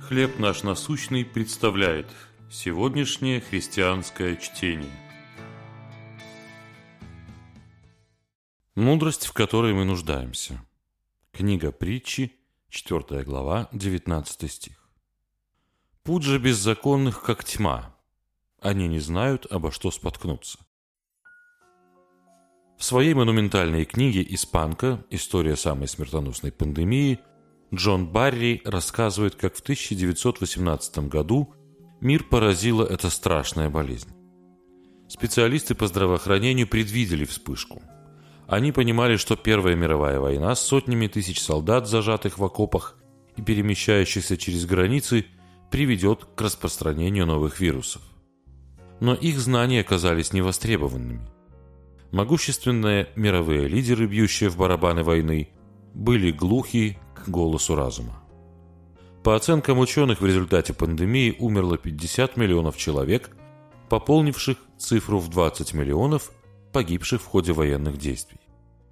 «Хлеб наш насущный» представляет сегодняшнее христианское чтение. Мудрость, в которой мы нуждаемся. Книга Притчи, 4 глава, 19 стих. «Путь же беззаконных, как тьма. Они не знают, обо что споткнуться». В своей монументальной книге «Испанка. История самой смертоносной пандемии» Джон Барри рассказывает, как в 1918 году мир поразила эта страшная болезнь. Специалисты по здравоохранению предвидели вспышку. Они понимали, что Первая мировая война с сотнями тысяч солдат, зажатых в окопах и перемещающихся через границы, приведет к распространению новых вирусов. Но их знания оказались невостребованными. Могущественные мировые лидеры, бьющие в барабаны войны, были глухи к голосу разума. По оценкам ученых, в результате пандемии умерло 50 миллионов человек, пополнивших цифру в 20 миллионов, погибших в ходе военных действий.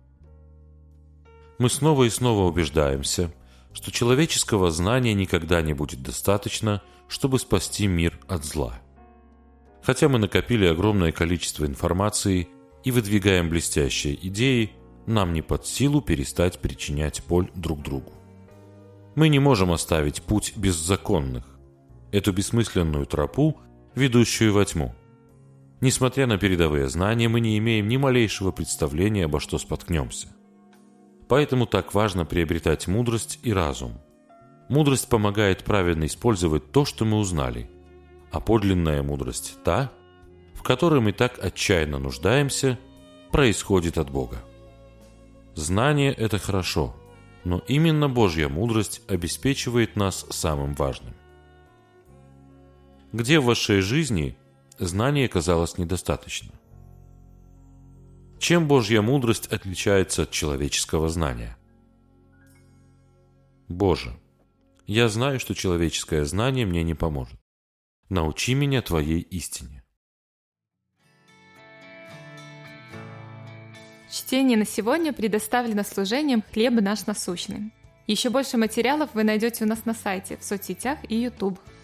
Мы снова и снова убеждаемся, что человеческого знания никогда не будет достаточно, чтобы спасти мир от зла. Хотя мы накопили огромное количество информации и выдвигаем блестящие идеи, нам не под силу перестать причинять боль друг другу. Мы не можем оставить путь беззаконных, эту бессмысленную тропу, ведущую во тьму. Несмотря на передовые знания, мы не имеем ни малейшего представления, обо что споткнемся. Поэтому так важно приобретать мудрость и разум. Мудрость помогает правильно использовать то, что мы узнали, а подлинная мудрость, та, в которой мы так отчаянно нуждаемся, происходит от Бога. Знание – это хорошо, но именно Божья мудрость обеспечивает нас самым важным. Где в вашей жизни знания казалось недостаточно? Чем Божья мудрость отличается от человеческого знания? Боже, я знаю, что человеческое знание мне не поможет. Научи меня Твоей истине. Чтение на сегодня предоставлено служением «Хлеб наш насущный». Еще больше материалов вы найдете у нас на сайте, в соцсетях и YouTube.